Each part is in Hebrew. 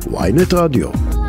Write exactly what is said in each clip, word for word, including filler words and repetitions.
וויינט רדיו.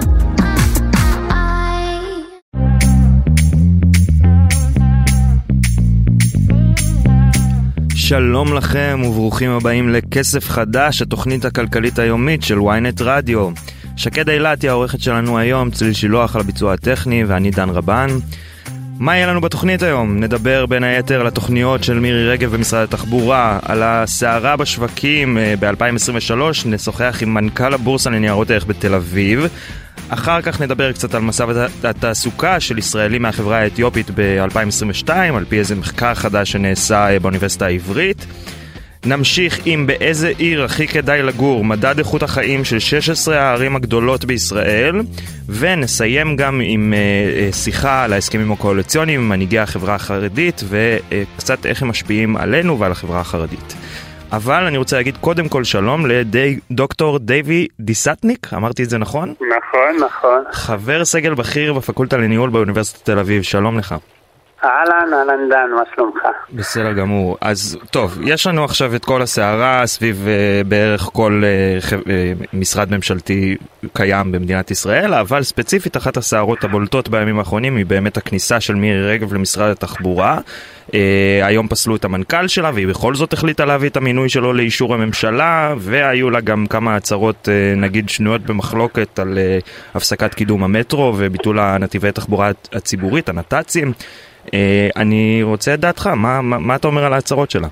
שלום לכם וברוכים הבאים לכסף חדש, התוכנית הכלכלית היומית של וויינט רדיו. שקד אילת היא העורכת שלנו היום, צליל שילוח על הביצוע הטכני ואני דן רבן. מה יהיה לנו בתוכנית היום? נדבר בין היתר על התוכניות של מירי רגב במשרד התחבורה, על הסערה בשווקים ב-אלפיים עשרים ושלוש, נשוחח עם מנכ"ל הבורסה לניירות ערך בתל אביב. אחר כך נדבר קצת על מצב התעסוקה של ישראלים מהחברה האתיופית ב-אלפיים עשרים ושתיים, על פי איזה מחקר חדש שנעשה באוניברסיטה העברית. נמשיך עם באיזה עיר הכי כדאי לגור, מדד איכות החיים של שש עשרה הערים הגדולות בישראל, ונסיים גם עם uh, שיחה על ההסכמים הקואליציוניים עם מנהיגי החברה החרדית, וקצת איך הם משפיעים עלינו ועל החברה החרדית. אבל אני רוצה להגיד קודם כל שלום לדוקטור דייבי דיסטניק, אמרתי את זה נכון? נכון, נכון. חבר סגל בכיר בפקולטה לניהול באוניברסיטת תל אביב, שלום לך. אהלן, אהלן דן, מה שלומך? בסדר גמור. אז טוב, יש לנו עכשיו את כל הסערה סביב uh, בערך כל uh, uh, משרד ממשלתי קיים במדינת ישראל, אבל ספציפית אחת הסערות הבולטות בימים האחרונים היא באמת הכניסה של מירי רגב למשרד התחבורה. Uh, היום פסלו את המנכ"ל שלה והיא בכל זאת החליטה להביא את המינוי שלו לאישור הממשלה, והיו לה גם כמה הצהרות uh, נגיד שנויות במחלוקת על uh, הפסקת קידום המטרו וביטול הנתיבי התחבורה הציבורית, הנת"צים. Uh, אני רוצה את דעתך, מה, מה, מה אתה אומר על ההצהרות שלה?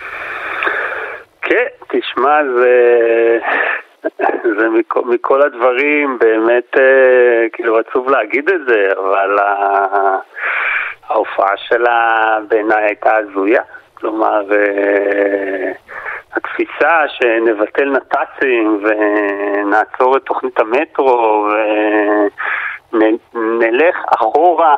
כן, תשמע, זה, זה מכל, מכל הדברים באמת, uh, כאילו עצוב להגיד את זה, אבל uh, ההופעה שלה בעיניי הייתה הזויה. כלומר, uh, התפיסה שנבטל נת"צים ונעצור את תוכנית המטרו ונלך אחורה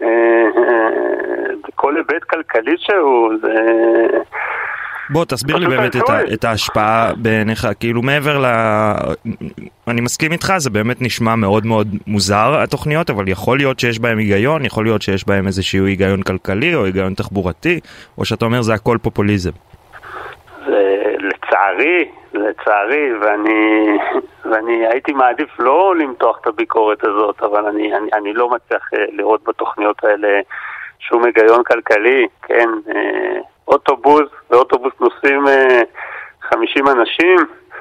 בכל היבט כלכלי שהוא, זה... בוא תסביר לי באמת את, ה, את ההשפעה בעיניך, כאילו מעבר ל... אני מסכים איתך, זה באמת נשמע מאוד מאוד מוזר התוכניות, אבל יכול להיות שיש בהם היגיון, יכול להיות שיש בהם איזשהו היגיון כלכלי או היגיון תחבורתי, או שאתה אומר זה הכל פופוליזם. זה לצערי, לצערי, ואני, ואני הייתי מעדיף לא למתוח את הביקורת הזאת, אבל אני, אני, אני לא מצליח לראות בתוכניות האלה שום היגיון כלכלי, כן, אוטובוס, ואוטובוס נוסעים חמישים אנשים,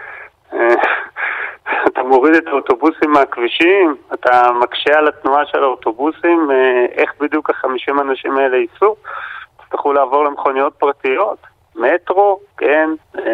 אתה מוריד את האוטובוסים מהכבישים, אתה מקשה על התנועה של האוטובוסים, איך בדיוק החמישים אנשים האלה ייסעו? תצטרכו לעבור למכוניות פרטיות, מטרו, כן,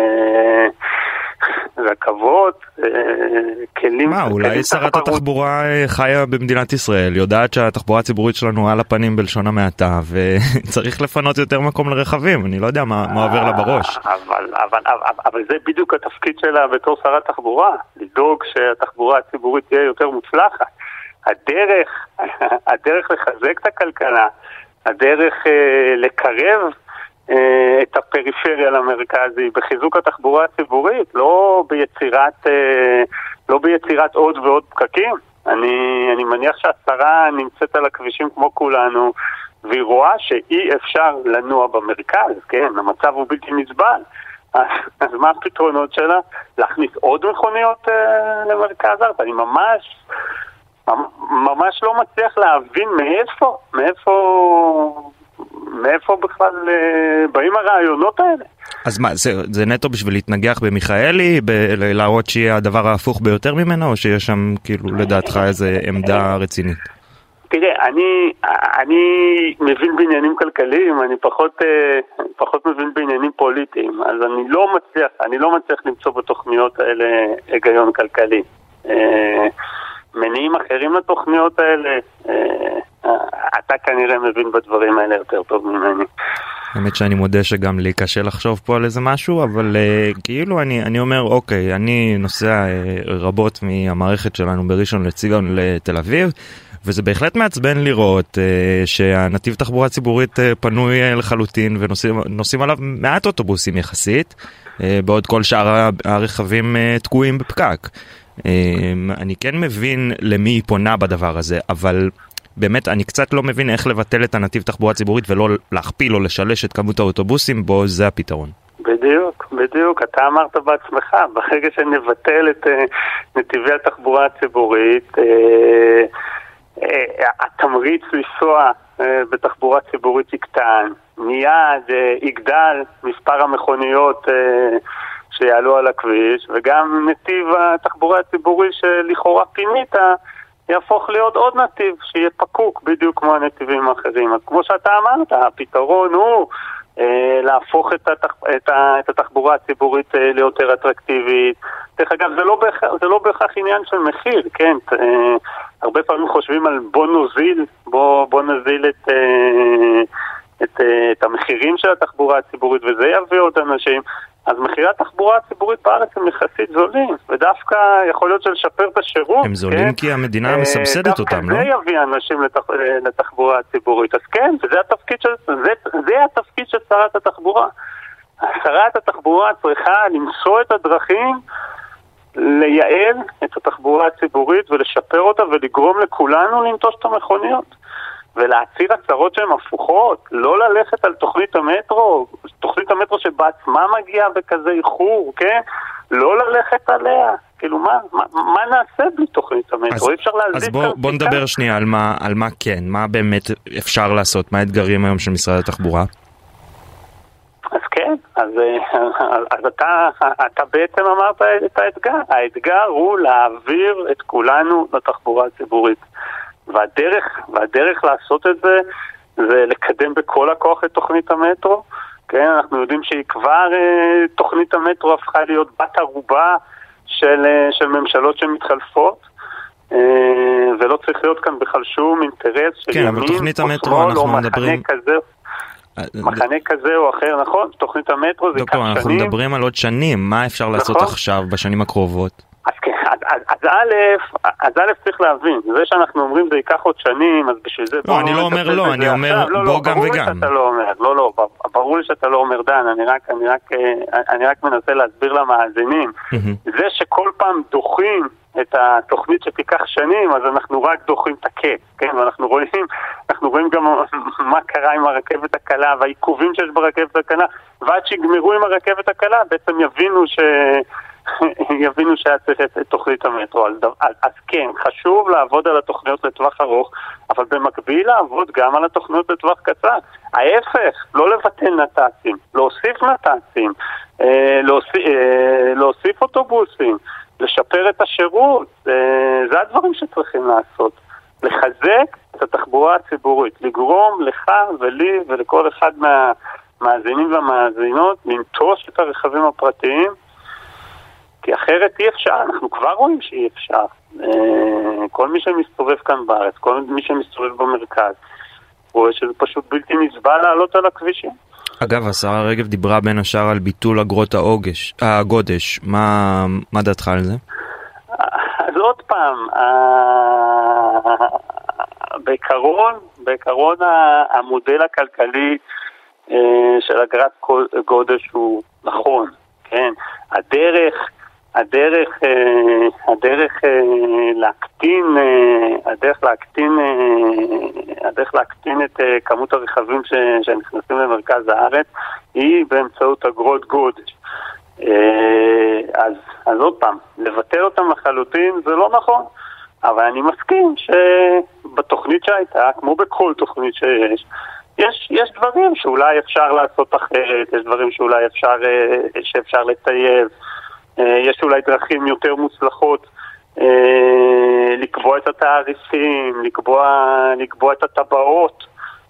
רכבות, כלים... מה, אולי שרת התחבורה חיה במדינת ישראל, יודעת שהתחבורה הציבורית שלנו על הפנים בלשון המעטה, וצריך לפנות יותר מקום לרכבים, אני לא יודע מה עובר לה בראש. אבל זה בדיוק התפקיד שלה בתור שרת תחבורה, לדאוג שהתחבורה הציבורית תהיה יותר מוצלחת. הדרך, הדרך לחזק את הכלכלה, הדרך לקרב את הפריפריה למרכזי, בחיזוק התחבורה הציבורית, לא ביצירת, לא ביצירת עוד ועוד פקקים. אני, אני מניח שהשרה נמצאת על הכבישים כמו כולנו, והיא רואה שאי אפשר לנוע במרכז, כן? המצב הוא בלתי נסבל. אז מה הפתרונות שלה? להכניס עוד מכוניות למרכז הארץ? אני ממש, ממש לא מצליח להבין מאיפה, מאיפה... מאיפה בכלל באים הרעיונות האלה? אז מה, זה, זה נטו בשביל להתנגח במיכאלי, ב- להראות שיהיה הדבר ההפוך ביותר ממנו, או שיש שם כאילו לדעתך איזה עמדה רצינית? תראה, אני, אני מבין בעניינים כלכליים, אני פחות, פחות מבין בעניינים פוליטיים, אז אני לא מצליח, אני לא מצליח למצוא בתוכניות האלה היגיון כלכלי. מניעים אחרים לתוכניות האלה, אתה כנראה מבין בדברים האלה יותר טוב ממני. האמת שאני מודה שגם לי קשה לחשוב פה על איזה משהו, אבל uh, כאילו אני, אני אומר, אוקיי, אני נוסע uh, רבות מהמערכת שלנו בראשון לציון לתל אביב, וזה בהחלט מעצבן לראות uh, שהנתיב תחבורה ציבורית uh, פנוי uh, לחלוטין, ונוסעים עליו מעט אוטובוסים יחסית, uh, בעוד כל שאר הרכבים uh, תקועים בפקק. Uh, אני כן מבין למי היא פונה בדבר הזה, אבל... באמת, אני קצת לא מבין איך לבטל את הנתיב תחבורה ציבורית ולא להכפיל או לשלש את כמות האוטובוסים, בו זה הפתרון. בדיוק, בדיוק, אתה אמרת בעצמך, ברגע שנבטל את נתיבי התחבורה הציבורית, התמריץ לנסוע בתחבורה ציבורית יקטן, מיד יגדל מספר המכוניות שיעלו על הכביש, וגם נתיב התחבורה הציבורי שלכאורה פינית יהפוך להיות עוד נתיב שיהיה פקוק בדיוק כמו הנתיבים האחרים. אז כמו שאתה אמרת, הפתרון הוא להפוך את, התח... את, ה... את התחבורה הציבורית ליותר אטרקטיבית. דרך אגב, זה לא בהכרח, זה לא בהכרח עניין של מחיר, כן? הרבה פעמים חושבים על בוא נוזיל, בוא, בוא נזיל את, את, את המחירים של התחבורה הציבורית, וזה יביא עוד אנשים. אז מחירי התחבורה הציבורית בארץ הם יחסית זולים, ודווקא יכול להיות שלשפר את השירות. הם זולים כי המדינה מסבסדת אותם, לא? דווקא זה יביא אנשים לתח... לתחבורה הציבורית. אז כן, וזה התפקיד של, זה, זה התפקיד של שרת התחבורה. שרת התחבורה צריכה למצוא את הדרכים לייעל את התחבורה הציבורית ולשפר אותה ולגרום לכולנו לנטוש את המכוניות. ולהציר הצהרות שהן הפוכות, לא ללכת על תוכנית המטרו, תוכנית המטרו שבעצמה מגיעה בכזה איחור, כן? לא ללכת עליה. כאילו, מה, מה, מה נעשה בלי תוכנית המטרו? אי אפשר להזיז אז בוא, בוא נדבר שנייה על מה, על מה כן, מה באמת אפשר לעשות, מה האתגרים היום של משרד התחבורה? אז כן, אז, אז אתה, אתה בעצם אמרת את האתגר. האתגר הוא להעביר את כולנו לתחבורה הציבורית. והדרך, והדרך לעשות את זה, זה לקדם בכל הכוח את תוכנית המטרו. כן, אנחנו יודעים שהיא כבר, תוכנית המטרו הפכה להיות בת ערובה של, של ממשלות שמתחלפות, ולא צריך להיות כאן בכלל שום אינטרס של כן, ימין או שמאל או מחנה כזה. מחנה כזה או אחר, נכון? תוכנית המטרו זה ייקח שנים. דוקטור, אנחנו מדברים על עוד שנים, מה אפשר לעשות עכשיו, בשנים הקרובות? אז כן, אז, אז א', אז א' צריך להבין, זה שאנחנו אומרים זה ייקח עוד שנים, אז בשביל זה... לא, אני לא אומר לא, אני אומר בוא גם וגם. לא, לא, ברור לי שאתה לא אומר דן, אני רק, אני רק, אני רק מנסה להסביר למאזינים. זה שכל פעם דוחים את התוכנית שתיקח שנים, אז אנחנו רק דוחים את הקץ, כן? ואנחנו רואים, אנחנו רואים גם מה קרה עם הרכבת הקלה, והעיכובים שיש ברכבת הקלה, ועד שיגמרו עם הרכבת הקלה, בעצם יבינו ש... יבינו שהיה צריך את תוכנית המטרו. אז, אז כן, חשוב לעבוד על התוכניות לטווח ארוך, אבל במקביל לעבוד גם על התוכניות לטווח קצר. ההפך, לא לבטל נת"צים, להוסיף נת"צים, אה, להוסיף, אה, להוסיף אוטובוסים, לשפר את השירות. אה, זה הדברים שצריכים לעשות. לחזק את התחבורה הציבורית, לגרום לך ולי ולכל אחד מהמאזינים והמאזינות לנטוש את הרכבים הפרטיים, כי אחרת אי אפשר, אנחנו כבר רואים שאי אפשר. כל מי שמסתובב כאן בארץ, כל מי שמסתובב במרכז, רואה שזה פשוט בלתי נסבל לעלות על הכבישים. אגב, השרה רגב דיברה בין השאר על ביטול אגרות האוגש, הגודש. מה, מה דעתך על זה? אז עוד פעם, בעיקרון, בעיקרון המודל הכלכלי של אגרת גודש הוא נכון, כן? הדרך הדרך, הדרך להקטין, הדרך להקטין, הדרך להקטין את כמות הרכבים שנכנסים למרכז הארץ היא באמצעות אגרות גודש. אז, אז עוד פעם, לבטל אותם לחלוטין זה לא נכון, אבל אני מסכים שבתוכנית שהייתה, כמו בכל תוכנית שיש, יש, יש דברים שאולי אפשר לעשות אחרת, יש דברים שאולי אפשר, שאפשר לטייב, יש אולי דרכים יותר מוצלחות לקבוע את התעריפים, לקבוע, לקבוע את הטבעות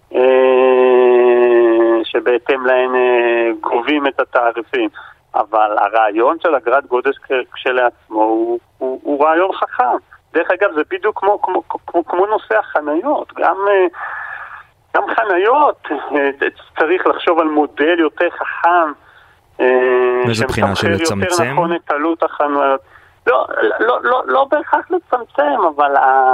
שבהתאם להן גובים את התעריפים. אבל הרעיון של אגרת גודש כשלעצמו הוא, הוא, הוא רעיון חכם. דרך אגב, זה בדיוק כמו, כמו, כמו, כמו נושא החניות. גם, גם חניות צריך לחשוב על מודל יותר חכם, מאיזה בחינה של לצמצם? יותר נכון את עלות החנויות. לא, לא, לא, לא בהכרח לצמצם, אבל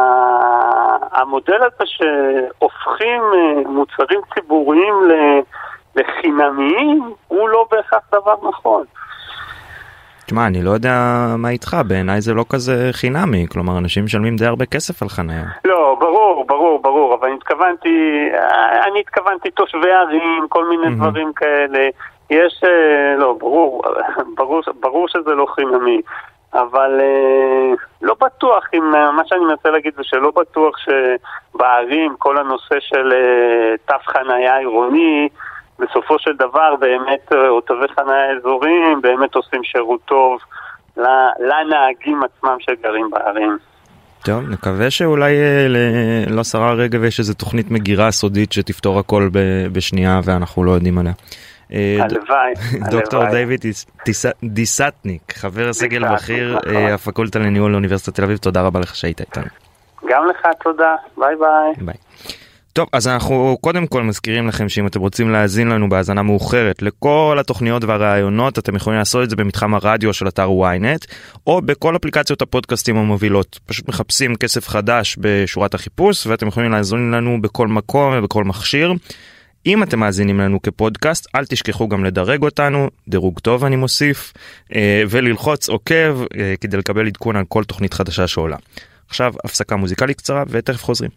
המודל הזה שהופכים מוצרים ציבוריים לחינמיים, הוא לא בהכרח דבר נכון. תשמע, אני לא יודע מה איתך, בעיניי זה לא כזה חינמי, כלומר, אנשים משלמים די הרבה כסף על חניה. לא, ברור, ברור, ברור, אבל אני התכוונתי, אני התכוונתי תושבי ערים, כל מיני דברים כאלה, יש, לא, ברור, ברור, ברור שזה לא חיממי, אבל לא בטוח, אם, מה שאני מנסה להגיד זה שלא בטוח שבערים כל הנושא של תו חנייה עירוני, בסופו של דבר באמת אותבי חנייה אזוריים באמת עושים שירות טוב לנהגים עצמם שגרים בערים. טוב, נקווה שאולי לא שרה רגב יש איזו תוכנית מגירה סודית שתפתור הכל בשנייה ואנחנו לא יודעים עליה. הלוואי. דוקטור דיוויד דיסטניק, חבר הסגל בכיר הפקולטה לניהול לאוניברסיטת תל אביב, תודה רבה לך שהיית איתנו. גם לך תודה, ביי ביי. ביי. טוב, אז אנחנו קודם כל מזכירים לכם שאם אתם רוצים להאזין לנו בהאזנה מאוחרת לכל התוכניות והרעיונות, אתם יכולים לעשות את זה במתחם הרדיו של אתר ynet, או בכל אפליקציות הפודקאסטים המובילות. פשוט מחפשים כסף חדש בשורת החיפוש, ואתם יכולים להאזין לנו בכל מקום ובכל מכשיר. אם אתם מאזינים לנו כפודקאסט, אל תשכחו גם לדרג אותנו, דירוג טוב אני מוסיף, וללחוץ עוקב כדי לקבל עדכון על כל תוכנית חדשה שעולה. עכשיו הפסקה מוזיקלית קצרה ותכף חוזרים.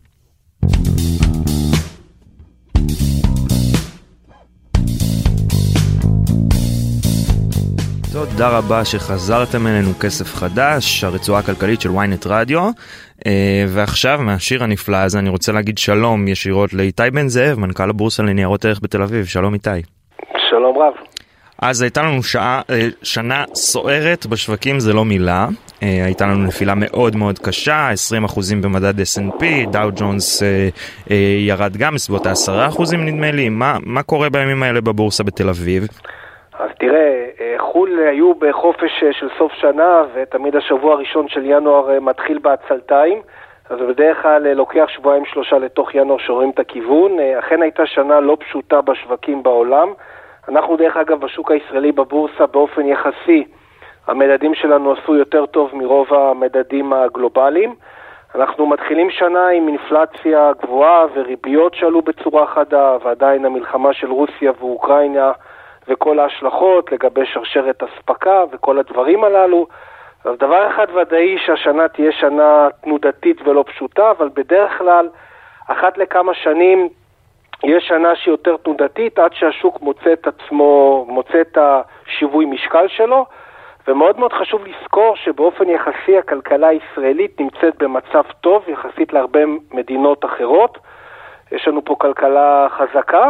תודה רבה שחזרתם אלינו כסף חדש, הרצועה הכלכלית של ynet רדיו, ועכשיו מהשיר הנפלא הזה אני רוצה להגיד שלום ישירות לאיתי בן זאב, מנכ"ל הבורסה לניירות ערך בתל אביב. שלום איתי. שלום רב. אז הייתה לנו שעה, שנה סוערת בשווקים, זה לא מילה, הייתה לנו נפילה מאוד מאוד קשה, עשרים אחוזים במדד אס אנד פי, דאו ג'ונס ירד גם בסביבות עשרה אחוזים נדמה לי. מה, מה קורה בימים האלה בבורסה בתל אביב? אז תראה, חול היו בחופש של סוף שנה, ותמיד השבוע הראשון של ינואר מתחיל בעצלתיים, אז בדרך כלל לוקח שבועיים שלושה לתוך ינואר שרואים את הכיוון. אכן הייתה שנה לא פשוטה בשווקים בעולם. אנחנו דרך אגב בשוק הישראלי בבורסה באופן יחסי, המדדים שלנו עשו יותר טוב מרוב המדדים הגלובליים. אנחנו מתחילים שנה עם אינפלציה גבוהה וריביות שעלו בצורה חדה, ועדיין המלחמה של רוסיה ואוקראינה וכל ההשלכות לגבי שרשרת הספקה וכל הדברים הללו. אז דבר אחד ודאי שהשנה תהיה שנה תנודתית ולא פשוטה, אבל בדרך כלל אחת לכמה שנים יש שנה שהיא יותר תנודתית עד שהשוק מוצא את עצמו, מוצא את השיווי משקל שלו, ומאוד מאוד חשוב לזכור שבאופן יחסי הכלכלה הישראלית נמצאת במצב טוב יחסית להרבה מדינות אחרות. יש לנו פה כלכלה חזקה,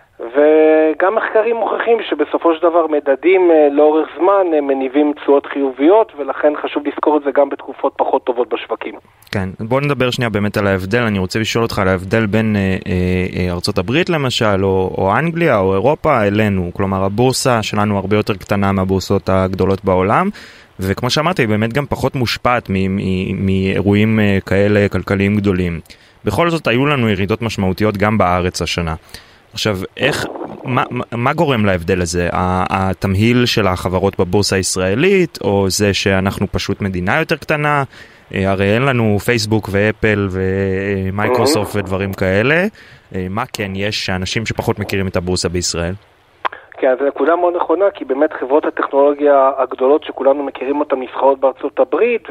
וגם מחקרים מוכיחים שבסופו של דבר מדדים לאורך זמן מניבים תשואות חיוביות, ולכן חשוב לזכור את זה גם בתקופות פחות טובות בשווקים. כן, בוא נדבר שנייה באמת על ההבדל. אני רוצה לשאול אותך על ההבדל בין אה, אה, ארצות הברית למשל, או, או אנגליה, או אירופה אלינו. כלומר, הבורסה שלנו הרבה יותר קטנה מהבורסות הגדולות בעולם, וכמו שאמרתי, היא באמת גם פחות מושפעת מאירועים כאלה כלכליים גדולים. בכל זאת, היו לנו ירידות משמעותיות גם בארץ השנה. עכשיו, איך, מה, מה גורם להבדל הזה? התמהיל של החברות בבורסה הישראלית, או זה שאנחנו פשוט מדינה יותר קטנה? הרי אין לנו פייסבוק ואפל ומייקרוסופט ודברים כאלה. מה כן יש שאנשים שפחות מכירים את הבורסה בישראל? כן, זו נקודה מאוד נכונה, כי באמת חברות הטכנולוגיה הגדולות שכולנו מכירים אותן נסחרות בארצות הברית,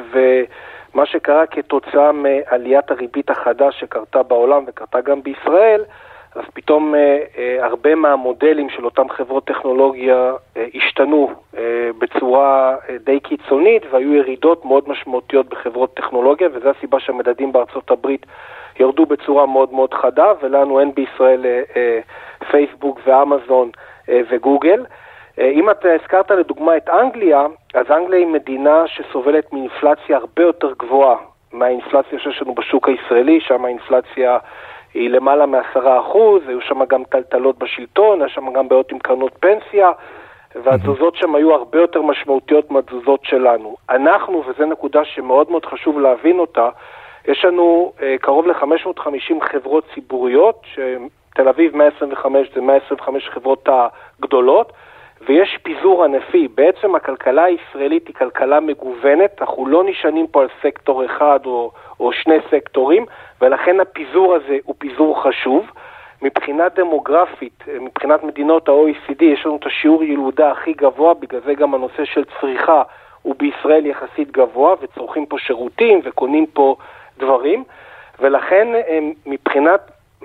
ומה שקרה כתוצאה מעליית הריבית החדה שקרתה בעולם וקרתה גם בישראל, אז פתאום אה, אה, הרבה מהמודלים של אותם חברות טכנולוגיה אה, השתנו אה, בצורה אה, די קיצונית, והיו ירידות מאוד משמעותיות בחברות טכנולוגיה, וזו הסיבה שהמדדים בארצות הברית ירדו בצורה מאוד מאוד חדה, ולנו אין בישראל אה, אה, פייסבוק ואמזון אה, וגוגל. אה, אם אתה הזכרת לדוגמה את אנגליה, אז אנגליה היא מדינה שסובלת מאינפלציה הרבה יותר גבוהה מהאינפלציה שיש לנו בשוק הישראלי, שם האינפלציה היא למעלה מעשרה אחוז, היו שם גם טלטלות בשלטון, היה שם גם בעיות עם קרנות פנסיה, והתזוזות שם היו הרבה יותר משמעותיות מהתזוזות שלנו. אנחנו, וזו נקודה שמאוד מאוד חשוב להבין אותה, יש לנו אה, קרוב ל-חמש מאות וחמישים חברות ציבוריות, שתל אביב מאה עשרים וחמש זה מאה עשרים וחמש חברות הגדולות, ויש פיזור ענפי. בעצם הכלכלה הישראלית היא כלכלה מגוונת, אנחנו לא נשענים פה על סקטור אחד או, או שני סקטורים, ולכן הפיזור הזה הוא פיזור חשוב. מבחינה דמוגרפית, מבחינת מדינות ה-או אי סי די, יש לנו את השיעור ילודה הכי גבוה, בגלל זה גם הנושא של צריכה הוא בישראל יחסית גבוה, וצורכים פה שירותים וקונים פה דברים, ולכן מבחינת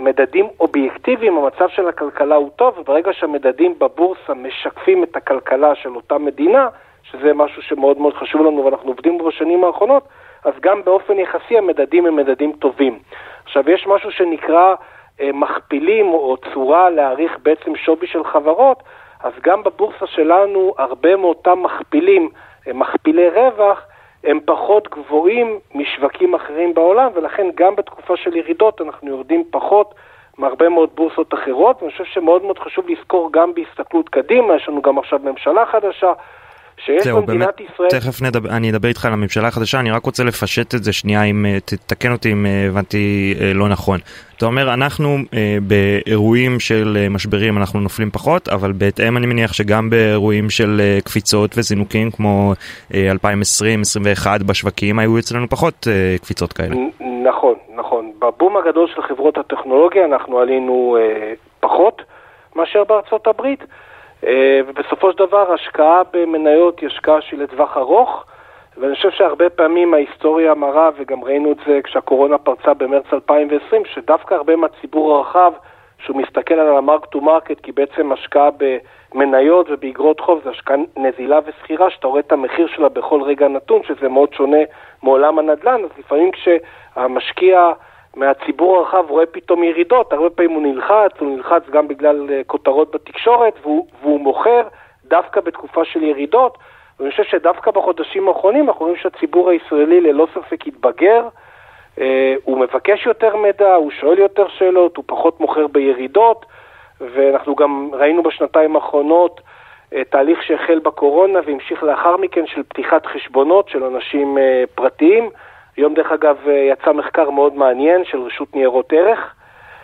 מדדים אובייקטיביים, המצב של הכלכלה הוא טוב, וברגע שהמדדים בבורסה משקפים את הכלכלה של אותה מדינה, שזה משהו שמאוד מאוד חשוב לנו ואנחנו עובדים בשנים האחרונות, אז גם באופן יחסי המדדים הם מדדים טובים. עכשיו יש משהו שנקרא אה, מכפילים או צורה להעריך בעצם שווי של חברות, אז גם בבורסה שלנו הרבה מאותם מכפילים, אה, מכפילי רווח, הם פחות גבוהים משווקים אחרים בעולם, ולכן גם בתקופה של ירידות אנחנו יורדים פחות מהרבה מאוד בורסות אחרות, ואני חושב שמאוד מאוד חשוב לזכור גם בהסתכלות קדימה, יש לנו גם עכשיו ממשלה חדשה, שיש זהו, במדינת באמת, ישראל... תכף נדבר, אני אדבר איתך על הממשלה החדשה, אני רק רוצה לפשט את זה שנייה, אם תתקן אותי אם הבנתי לא נכון. אתה אומר, אנחנו באירועים של משברים אנחנו נופלים פחות, אבל בהתאם אני מניח שגם באירועים של קפיצות וזינוקים כמו אלפיים עשרים עשרים ואחת בשווקים, היו אצלנו פחות קפיצות כאלה. נכון, נכון. בבום הגדול של חברות הטכנולוגיה אנחנו עלינו פחות מאשר בארצות הברית, ובסופו של דבר השקעה במניות היא השקעה שהיא לטווח ארוך, ואני חושב שהרבה פעמים ההיסטוריה מראה, וגם ראינו את זה כשהקורונה פרצה במרץ אלפיים ועשרים, שדווקא הרבה מהציבור הרחב שהוא מסתכל על המרק טו מרקט, כי בעצם השקעה במניות ובאגרות חוב זה השקעה נזילה וסחירה, שאתה רואה את המחיר שלה בכל רגע נתון, שזה מאוד שונה מעולם הנדל"ן, אז לפעמים כשהמשקיע מהציבור הרחב רואה פתאום ירידות, הרבה פעמים הוא נלחץ, הוא נלחץ גם בגלל כותרות בתקשורת, והוא, והוא מוכר דווקא בתקופה של ירידות, ואני חושב שדווקא בחודשים האחרונים, אנחנו רואים שהציבור הישראלי ללא ספק יתבגר, אה, הוא מבקש יותר מידע, הוא שואל יותר שאלות, הוא פחות מוכר בירידות, ואנחנו גם ראינו בשנתיים האחרונות אה, תהליך שהחל בקורונה, והמשיך לאחר מכן של פתיחת חשבונות של אנשים אה, פרטיים, היום דרך אגב יצא מחקר מאוד מעניין של רשות ניירות ערך,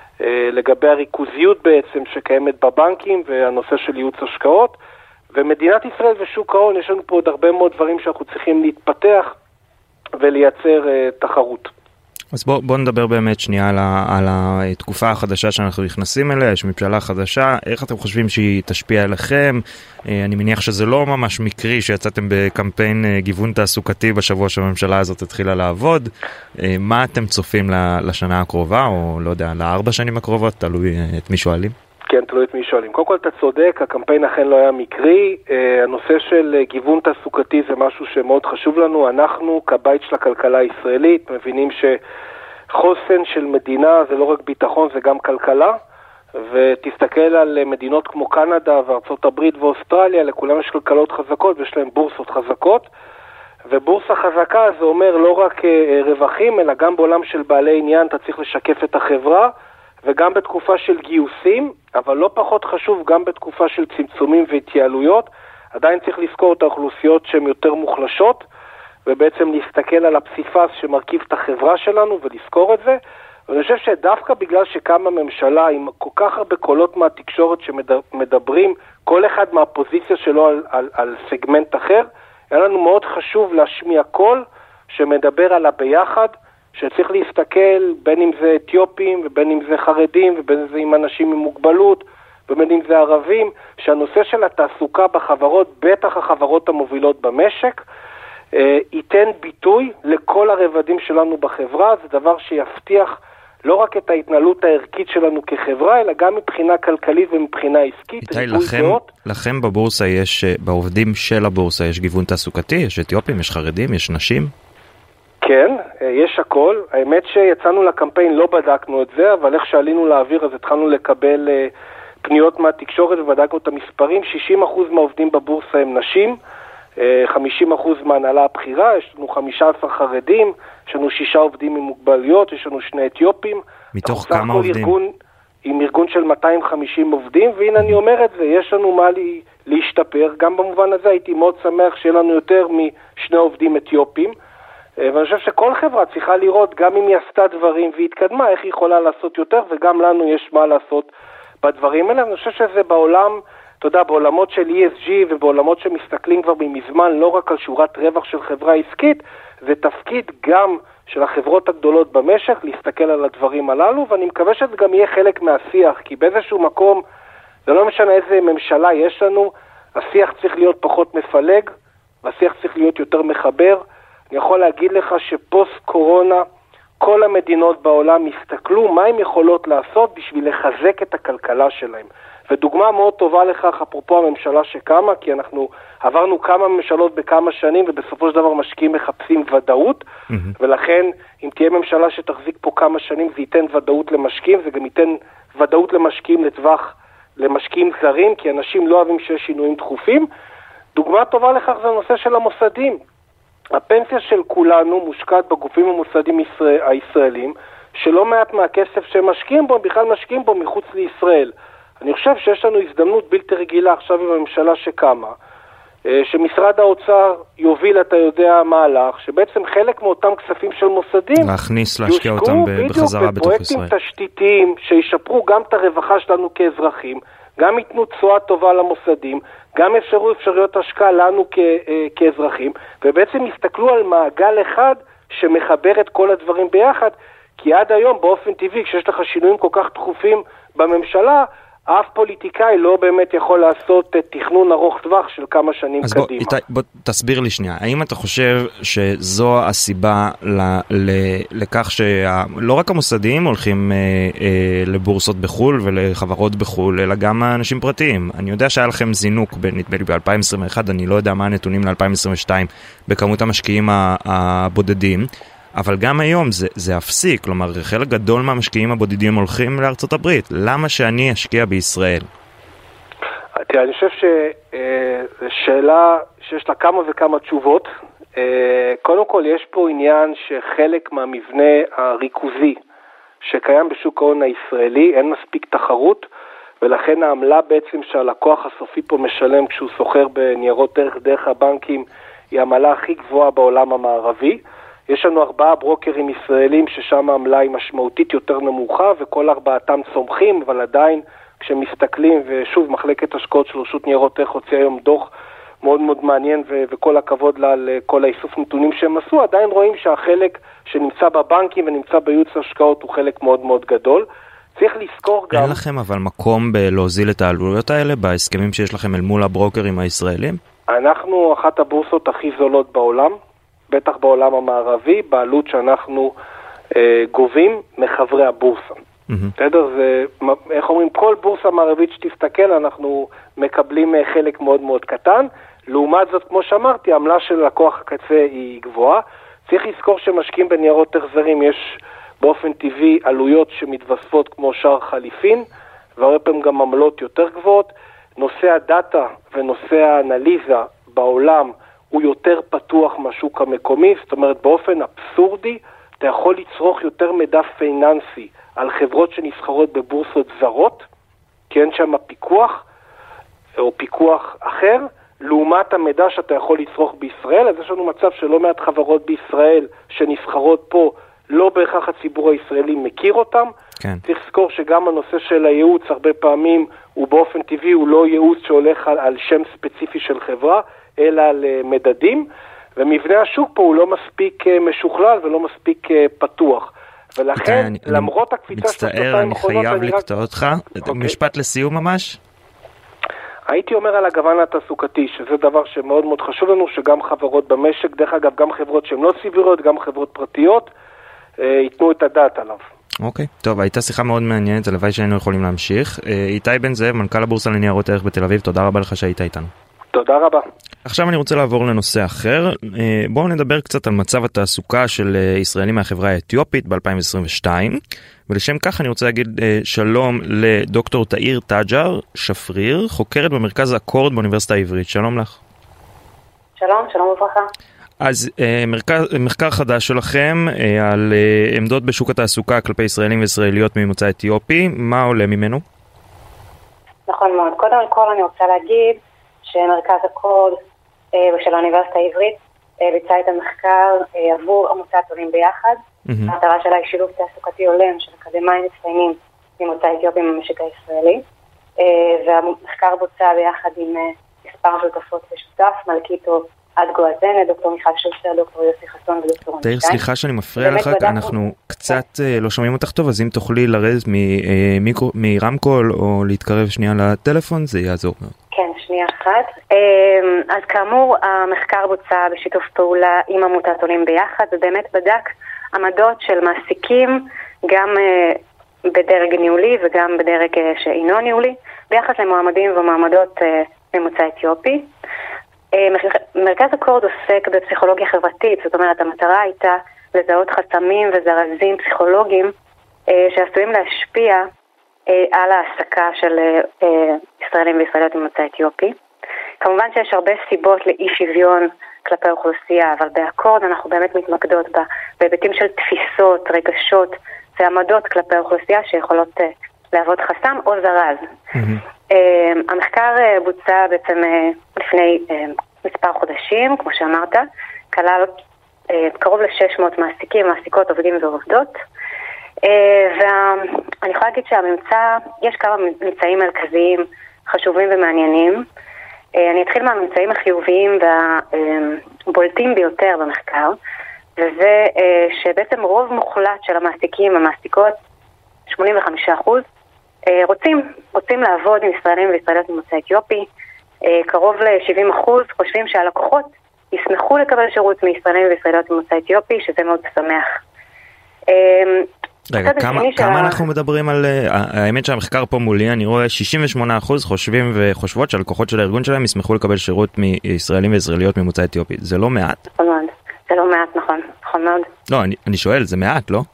לגבי הריכוזיות בעצם שקיימת בבנקים והנושא של ייעוץ השקעות, ומדינת ישראל ושוק ההון יש לנו פה עוד הרבה מאוד דברים שאנחנו צריכים להתפתח ולייצר תחרות. אז בוא, בוא נדבר באמת שנייה על, ה, על התקופה החדשה שאנחנו נכנסים אליה, יש ממשלה חדשה, איך אתם חושבים שהיא תשפיע עליכם? אני מניח שזה לא ממש מקרי שיצאתם בקמפיין גיוון תעסוקתי בשבוע שהממשלה הזאת התחילה לעבוד. מה אתם צופים לשנה הקרובה, או לא יודע, לארבע שנים הקרובות? תלוי את מי שואלים. כן, תלוי את מי שואלים. קודם כל אתה צודק, הקמפיין אכן לא היה מקרי. הנושא של גיוון תעסוקתי זה משהו שמאוד חשוב לנו. אנחנו, כבית של הכלכלה הישראלית, מבינים שחוסן של מדינה זה לא רק ביטחון, זה גם כלכלה. ותסתכל על מדינות כמו קנדה וארצות הברית ואוסטרליה, לכולם יש כלכלות חזקות ויש להם בורסות חזקות. ובורסה חזקה זה אומר לא רק רווחים, אלא גם בעולם של בעלי עניין אתה צריך לשקף את החברה, וגם בתקופה של גיוסים, אבל לא פחות חשוב, גם בתקופה של צמצומים והתייעלויות, עדיין צריך לזכור את האוכלוסיות שהן יותר מוחלשות, ובעצם להסתכל על הפסיפס שמרכיב את החברה שלנו ולזכור את זה, ואני חושב שדווקא בגלל שקמה ממשלה עם כל כך הרבה קולות מהתקשורת שמדברים, כל אחד מהפוזיציה שלו על, על, על סגמנט אחר, היה לנו מאוד חשוב להשמיע קול שמדבר על הביחד, שצריך להסתכל בין אם זה אתיופים ובין אם זה חרדים ובין אם זה עם אנשים עם מוגבלות ובין אם זה ערבים, שהנושא של התעסוקה בחברות, בטח החברות המובילות במשק, אה, ייתן ביטוי לכל הרבדים שלנו בחברה. זה דבר שיבטיח לא רק את ההתנהלות הערכית שלנו כחברה, אלא גם מבחינה כלכלית ומבחינה עסקית. איתי, לכם, לכם בבורסה יש, בעובדים של הבורסה יש גיוון תעסוקתי? יש אתיופים, יש חרדים, יש נשים? כן, יש הכל. האמת שיצאנו לקמפיין, לא בדקנו את זה, אבל איך שעלינו לאוויר אז התחלנו לקבל פניות מהתקשורת ובדקנו את המספרים. שישים אחוז מהעובדים בבורסה הם נשים, חמישים אחוז מהנהלה הבחירה, יש לנו חמישה עשר חרדים, יש לנו שישה עובדים עם מוגבלויות, יש לנו שני אתיופים. מתוך כמה עובדים? ארגון, עם ארגון של מאתיים וחמישים עובדים, והנה אני אומר את זה, יש לנו מה לי, להשתפר. גם במובן הזה הייתי מאוד שמח שיהיה לנו יותר משני עובדים אתיופים, ואני חושב שכל חברה צריכה לראות, גם אם היא עשתה דברים והתקדמה, איך היא יכולה לעשות יותר, וגם לנו יש מה לעשות בדברים האלה. אני חושב שזה בעולם, אתה יודע, בעולמות של אי אס ג'י ובעולמות שמסתכלים כבר מזמן, לא רק על שורת רווח של חברה עסקית, זה תפקיד גם של החברות הגדולות במשק, להסתכל על הדברים הללו, ואני מקווה שזה גם יהיה חלק מהשיח, כי באיזשהו מקום, זה לא משנה איזה ממשלה יש לנו, השיח צריך להיות פחות מפלג, והשיח צריך להיות יותר מחבר. אני יכול להגיד לך שפוסט קורונה כל המדינות בעולם הסתכלו מה הן יכולות לעשות בשביל לחזק את הכלכלה שלהם. ודוגמה מאוד טובה לכך, אפרופו הממשלה שקמה, כי אנחנו עברנו כמה ממשלות בכמה שנים, ובסופו של דבר משקיעים מחפשים ודאות, mm-hmm. ולכן אם תהיה ממשלה שתחזיק פה כמה שנים, זה ייתן ודאות למשקיעים, זה גם ייתן ודאות למשקיעים לטווח, למשקיעים זרים, כי אנשים לא אוהבים שיש שינויים דחופים. דוגמה טובה לכך זה הנושא של המוסדים. הפנסיה של כולנו מושקעת בגופים המוסדים ישראל, הישראלים, שלא מעט מהכסף שמשקיעים בו, בכלל משקיעים בו מחוץ לישראל. אני חושב שיש לנו הזדמנות בלתי רגילה עכשיו עם הממשלה שקמה, שמשרד האוצר יוביל, אתה יודע, מהלך, שבעצם חלק מאותם כספים של מוסדים להכניס, להשקיע אותם בחזרה בתוך ישראל. בפרויקטים תשתיתיים שישפרו גם את הרווחה שלנו כאזרחים, גם ייתנו תשואה טובה למוסדים, גם אפשרו אפשרויות השקעה לנו כ- כאזרחים, ובעצם הסתכלו על מעגל אחד שמחבר את כל הדברים ביחד, כי עד היום באופן טבעי, כשיש לך שינויים כל כך דחופים בממשלה, אף פוליטיקאי לא באמת יכול לעשות תכנון ארוך טווח של כמה שנים אז קדימה. אז בוא, בוא תסביר לי שנייה, האם אתה חושב שזו הסיבה ל, ל, לכך שלא רק המוסדיים הולכים אה, אה, לבורסות בחול ולחברות בחול, אלא גם האנשים פרטיים? אני יודע שהיה לכם זינוק, נדמה לי ב-אלפיים עשרים ואחת, אני לא יודע מה הנתונים ל-אלפיים עשרים ושתיים, בכמות המשקיעים הבודדים, אבל גם היום זה, זה אפסי, כלומר חלק גדול מהמשקיעים הבודדים הולכים לארצות הברית. למה שאני אשקיע בישראל? תראה, אני חושב שזו שאלה שיש לה כמה וכמה תשובות. קודם כל יש פה עניין שחלק מהמבנה הריכוזי שקיים בשוק ההון הישראלי, אין מספיק תחרות, ולכן העמלה בעצם שהלקוח הסופי פה משלם כשהוא סוחר בניירות ערך דרך הבנקים, היא העמלה הכי גבוהה בעולם המערבי. יש לנו ארבעה ברוקרים ישראלים ששם העמלה היא משמעותית יותר נמוכה, וכל ארבעתם צומחים, אבל עדיין כשמסתכלים, ושוב מחלקת השקעות של רשות ניירות ערך הוציא היום דוח מאוד מאוד מעניין, ו- וכל הכבוד לה לכל האיסוף נתונים שהם עשו, עדיין רואים שהחלק שנמצא בבנקים ונמצא בייעוץ השקעות הוא חלק מאוד מאוד גדול. צריך לזכור גם... אין לכם אבל מקום בלהוזיל את העלויות האלה בהסכמים שיש לכם אל מול הברוקרים הישראלים? אנחנו אחת הבורסות הכי זולות בעולם, בטח בעולם המערבי, בעלות שאנחנו אה, גובים מחברי הבורסה. בסדר? זה, איך אומרים, כל בורסה מערבית שתסתכל, אנחנו מקבלים חלק מאוד מאוד קטן. לעומת זאת, כמו שאמרתי, העמלה של לקוח הקצה היא גבוהה. צריך לזכור שמשקיעים בניירות ערך זרים, יש באופן טבעי עלויות שמתווספות כמו שער חליפין, והרבה פעמים גם עמלות יותר גבוהות. נושא הדאטה ונושא האנליזה בעולם הוא יותר פתוח מהשוק המקומי, זאת אומרת באופן אבסורדי, אתה יכול לצרוך יותר מידע פיננסי על חברות שנסחרות בבורסות זרות, כי אין שם פיקוח, או פיקוח אחר, לעומת המידע שאתה יכול לצרוך בישראל. אז יש לנו מצב שלא מעט חברות בישראל שנסחרות פה, לא בהכרח הציבור הישראלי מכיר אותם. כן. צריך לזכור שגם הנושא של הייעוץ הרבה פעמים הוא באופן טבעי, הוא לא ייעוץ שהולך על, על שם ספציפי של חברה, אלא על מדדים, ומבנה השוק פה הוא לא מספיק משוכלל ולא מספיק פתוח. ולכן, אני, למרות הקפיצה של מצטער, אני חייב לקטוע אותך. Okay. משפט לסיום ממש? הייתי אומר על הגוון התעסוקתי, שזה דבר שמאוד מאוד חשוב לנו, שגם חברות במשק, דרך אגב, גם חברות שהן לא ציבוריות, גם חברות פרטיות, ייתנו את הדעת עליו. אוקיי, okay. טוב, הייתה שיחה מאוד מעניינת, הלוואי שהיינו יכולים להמשיך. איתי בן זאב, מנכ"ל הבורסה לניירות ערך בתל אביב, תודה רבה לך שהיית איתנו. תודה רבה. עכשיו אני רוצה לעבור לנושא אחר. בואו נדבר קצת על מצב התעסוקה של ישראלים מהחברה האתיופית ב-אלפיים עשרים ושתיים, ולשם כך אני רוצה להגיד שלום לדוקטור תאיר טאג'ר שפריר, חוקרת במרכז אקורד באוניברסיטה העברית. שלום לך. שלום, שלום וברכה. אז מחקר, מחקר חדש שלכם על עמדות בשוק התעסוקה כלפי ישראלים וישראליות ממוצא אתיופי, מה עולה ממנו? נכון מאוד. קודם כל אני רוצה להגיד שמרכז אקורד של האוניברסיטה העברית ביצע את המחקר עבור עמותת עולים ביחד. המטרה שלה היא שילוב תעסוקתי הולם של אקדמאים מצטיינים ממוצא אתיופי במשק הישראלי. והמחקר בוצע ביחד עם מספר שותפות ושותף, מלכיתו עד גואזן, דוקטור מיכל שוסטר, דוקטור יוסי חסון ודוקטור רונשטיין. תאיר, סליחה שאני מפריע לך, אנחנו קצת לא שומעים אותך טוב, אז אם תוכלי לרדת מרמקול או להתקרב שנייה לטלפון, זה יעזור מאוד. כן, שנייה אחת. אז כאמור, המחקר בוצע בשיתוף פעולה עם עמותת עולים ביחד, ובאמת בדק עמדות של מעסיקים, גם בדרג ניהולי וגם בדרג שאינו ניהולי, ביחס למועמדים ומועמדות ממוצא אתיופי. מרכז אקורד עוסק בפסיכולוגיה חברתית, זאת אומרת, המטרה הייתה לזהות חסמים וזרזים פסיכולוגיים שעשויים להשפיע על העסקה של ישראלים וישראליות ממוצא אתיופי. כמובן שיש הרבה סיבות לאי שוויון כלפי האוכלוסייה, אבל באקורד אנחנו באמת מתמקדות בה, בהיבטים של תפיסות, רגשות ועמדות כלפי האוכלוסייה שיכולות להוות חסם או זרז. Mm-hmm. המחקר בוצע בעצם לפני מספר חודשים, כמו שאמרת, כלל קרוב ל-שש מאות מעסיקים, מעסיקות, עובדים ועובדות, ואני יכולה להגיד שהממצא, יש כמה ממצאים מרכזיים חשובים ומעניינים. אני אתחיל מהממצאים החיוביים והבולטים ביותר במחקר, וזה שבעצם רוב מוחלט של המעסיקים, המעסיקות, שמונים וחמישה אחוז, רוצים, רוצים לעבוד עם ישראלים וישראליות ממוצא אתיופי. קרוב ל-שבעים אחוז חושבים שהלקוחות ישמחו לקבל שירות מישראלים וישראליות ממוצא אתיופי, שזה מאוד שמח. רגע, כמה, כמה אנחנו מדברים על, האמת שהמחקר פה מולי, אני רואה שישים ושמונה אחוז חושבים וחושבות שהלקוחות של הארגון שלהם ישמחו לקבל שירות מישראלים וישראליות ממוצא אתיופי. זה לא מעט? נכון מאוד, זה לא מעט, נכון, נכון מאוד. לא, אני, אני שואל, זה מעט, לא?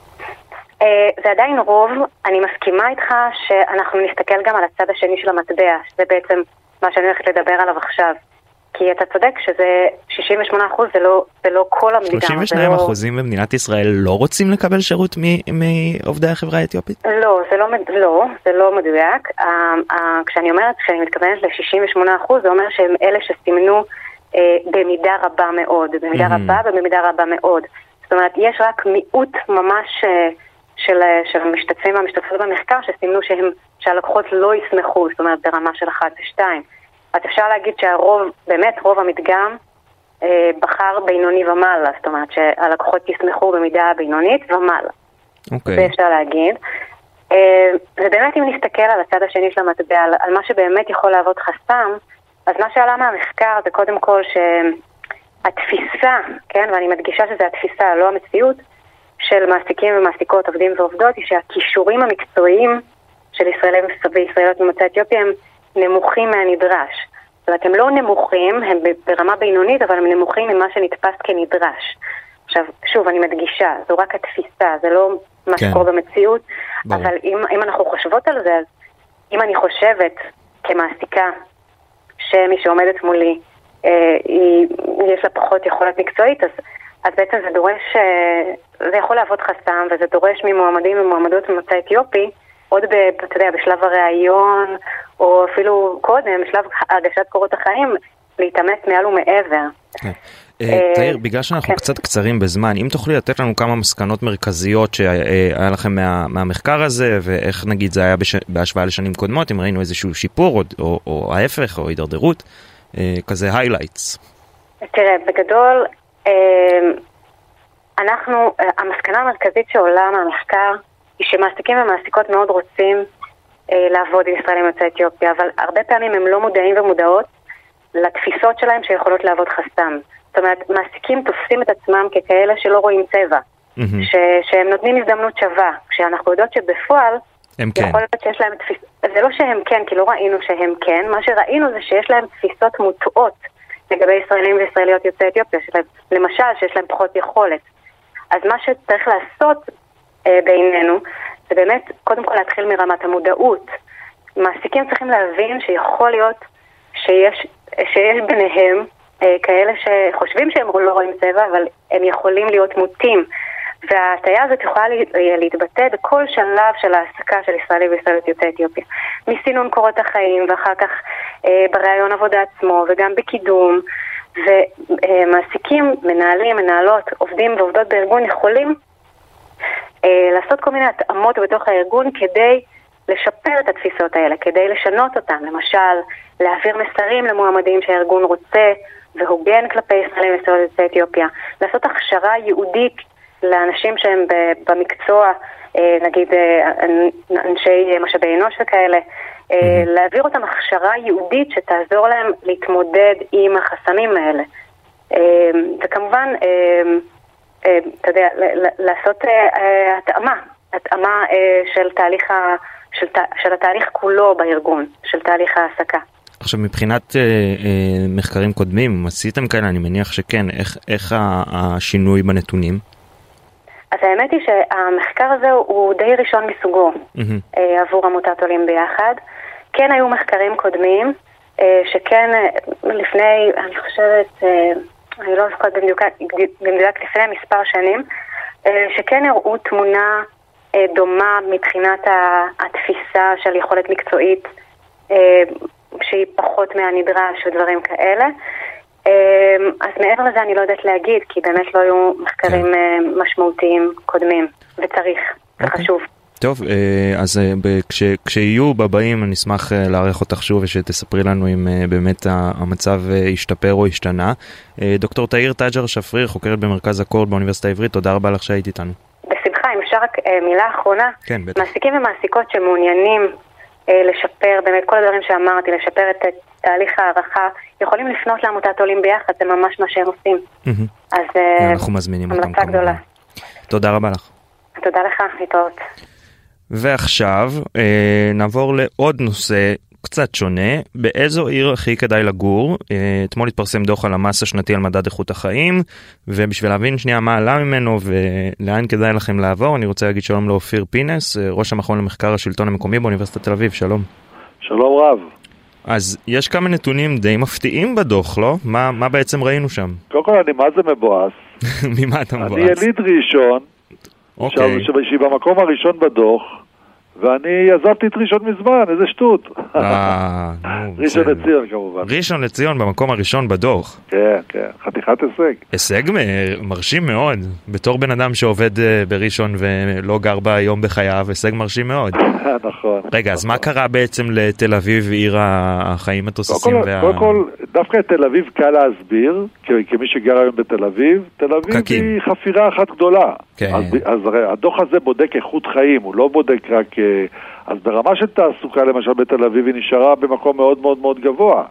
זה עדיין רוב. אני מסכימה איתך שאנחנו נסתכל גם על הצד השני של המטבע, שזה בעצם מה שאני הולכת לדבר עליו עכשיו. כי אתה צודק שזה שישים ושמונה אחוז, זה לא, זה לא כל המדינה. שלושים ושניים אחוזים לא... במדינת ישראל לא רוצים לקבל שירות מעובדי החברה האתיופית? לא, זה לא, לא, זה לא מדויק. כשאני אומרת, כשאני מתכוונת ל-שישים ושמונה אחוז, זה אומר שהם אלה שסימנו אה, במידה רבה מאוד, במידה mm-hmm. רבה ובמידה רבה מאוד. זאת אומרת, יש רק מיעוט ממש אה, של, של המשתתפים והמשתתפות במחקר שסימנו שהם, שהלקוחות לא ישמחו, זאת אומרת, ברמה של אחת ושתיים. אז אפשר להגיד שהרוב, באמת רוב המדגם, אה, בחר בינוני ומעלה, זאת אומרת שהלקוחות ישמחו במידה בינונית ומעלה. אוקיי. זה אפשר להגיד. אה, ובאמת אם נסתכל על הצד השני של המטבע, על, על מה שבאמת יכול לעבוד חסם, אז מה שעלה מהמחקר זה קודם כל שהתפיסה, כן, ואני מדגישה שזה התפיסה, לא המציאות, של מעסיקים ומעסיקות, עובדים ועובדות, היא שהכישורים המקצועיים של ישראלים וישראליות ממוצא אתיופיה הם נמוכים מהנדרש. זאת אומרת, הם לא נמוכים, הם ברמה בינונית, אבל הם נמוכים ממה שנתפס כנדרש. עכשיו, שוב, אני מדגישה, זו רק התפיסה, זה לא מה כן. שקורה במציאות, ברור. אבל אם, אם אנחנו חושבות על זה, אז אם אני חושבת כמעסיקה שמי שעומדת מולי, אה, היא, יש לה פחות יכולת מקצועית, אז, אז בעצם זה דורש, אה, זה יכול לעבוד חסם, וזה דורש ממועמדים ומועמדות ממוצא אתיופי, עוד ב, אתה יודע, בשלב הרעיון, או אפילו קודם, בשלב הגשת קורות החיים, להתאמץ מעל ומעבר. תאיר, בגלל שאנחנו קצת קצרים בזמן, אם תוכלי לתת לנו כמה מסקנות מרכזיות שהיה לכם מהמחקר הזה, ואיך נגיד זה היה בהשוואה לשנים קודמות, אם ראינו איזשהו שיפור, או ההפך, או הידרדרות, כזה highlights. תראה, בגדול, אנחנו, המסקנה המרכזית שעולה מהמחקר, היא שמעסיקים ומעסיקות מאוד רוצים אה, לעבוד עם ישראלים יוצאי אתיופיה, אבל הרבה פעמים הם לא מודעים ומודעות לתפיסות שלהם שיכולות לעבוד חסם. זאת אומרת, מעסיקים תופסים את עצמם ככאלה שלא רואים צבע, mm-hmm. ש- שהם נותנים הזדמנות שווה, כשאנחנו יודעות שבפועל יכול כן. להיות שיש להם תפיסות, זה לא שהם כן, כי לא ראינו שהם כן, מה שראינו זה שיש להם תפיסות מוטעות לגבי ישראלים וישראליות יוצאי אתיופיה, שלהם, למשל שיש להם פחות יכולת. אז מה שצריך לעשות בינינו, זה באמת קודם כל להתחיל מרמת המודעות. מעסיקים צריכים להבין שיכול להיות שיש, שיש ביניהם אה, כאלה שחושבים שהם לא רואים צבע, אבל הם יכולים להיות מוטים. וההטיה הזאת יכולה להתבטא בכל שלב של העסקה של ישראלי וישראליות יוצאי אתיופיה. מסינון קורות החיים, ואחר כך אה, ברעיון עבודה עצמו, וגם בקידום. ומעסיקים, מנהלים, מנהלות, עובדים ועובדות בארגון יכולים לעשות כל מיני התאמות בתוך הארגון כדי לשפר את התפיסות האלה, כדי לשנות אותן. למשל, להעביר מסרים למועמדים שהארגון רוצה והוגן כלפי ישראלים וישראליות יוצאי אתיופיה. לעשות הכשרה ייעודית לאנשים שהם במקצוע, נגיד אנשי משאבי אנוש וכאלה, להעביר אותם הכשרה ייעודית שתעזור להם להתמודד עם החסמים האלה. וכמובן, אתה יודע, לעשות התאמה, התאמה של תהליך, של, של התהליך כולו בארגון, של תהליך העסקה. עכשיו, מבחינת אה, אה, מחקרים קודמים, עשיתם כאלה, אני מניח שכן, איך, איך השינוי בנתונים? אז האמת היא שהמחקר הזה הוא די ראשון מסוגו mm-hmm. אה, עבור עמותת עולים ביחד. כן היו מחקרים קודמים, אה, שכן אה, לפני, אני חושבת, אה, אני לא זוכרת במדויק, במדויק לפני מספר שנים, אה, שכן הראו תמונה אה, דומה מבחינת התפיסה של יכולת מקצועית, אה, שהיא פחות מהנדרש ודברים כאלה. אז מעבר לזה אני לא יודעת להגיד, כי באמת לא היו מחקרים משמעותיים קודמים, וצריך, זה חשוב. טוב, אז כשיהיו בבאים אני אשמח לערך אותך שוב ושתספרי לנו אם באמת המצב השתפר או השתנה. דוקטור תאיר תג'ר שפריר, חוקרת במרכז אקורד באוניברסיטה העברית, תודה רבה לך שהיית איתנו. בשמחה, אם אפשר רק מילה אחרונה. כן, בטח. מעסיקים ומעסיקות שמעוניינים לשפר, באמת כל הדברים שאמרתי, לשפר את תהליך הערכה, יכולים לפנות לעמותת עולים ביחד, זה ממש מה שהם עושים. אז אנחנו מזמינים אותם המלצה גדולה. תודה רבה לך. תודה לך, להתראות. ועכשיו נעבור לעוד נושא קצת שונה. באיזו עיר הכי כדאי לגור? אתמול התפרסם דוח על המס השנתי על מדד איכות החיים, ובשביל להבין שנייה מה עלה ממנו ולאן כדאי לכם לעבור, אני רוצה להגיד שלום לאופיר פינס, ראש המכון למחקר השלטון המקומי באוניברסיטת תל אביב. שלום. שלום רב. אז יש כמה נתונים די מפתיעים בדוח, לא? מה, מה בעצם ראינו שם? קודם כל אני מה זה מבואס. ממה אתה מבואס? אני יליד ראשון, אוקיי. שהיא במקום הראשון בדוח, ואני עזבתי את ראשון מזמן, איזה שטות. ראשון לציון כמובן. ראשון לציון במקום הראשון בדוח. כן, כן, חתיכת הישג. הישג מרשים מאוד. בתור בן אדם שעובד בראשון ולא גר בה יום בחייו, הישג מרשים מאוד. נכון. רגע, אז מה קרה בעצם לתל אביב, עיר החיים התוססים? קודם כל, דווקא את תל אביב קל להסביר, כמי שגר היום בתל אביב, תל אביב היא חפירה אחת גדולה. אז הדוח הזה בודק איכות חיים, הוא לא בודק רק... אז ברמה של תעסוקה, למשל בתל אביב, היא נשארה במקום מאוד מאוד מאוד גבוה.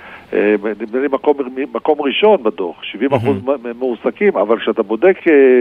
נדמה לי מקום, מקום ראשון בדוח, שבעים אחוז מועסקים, אבל כשאתה בודק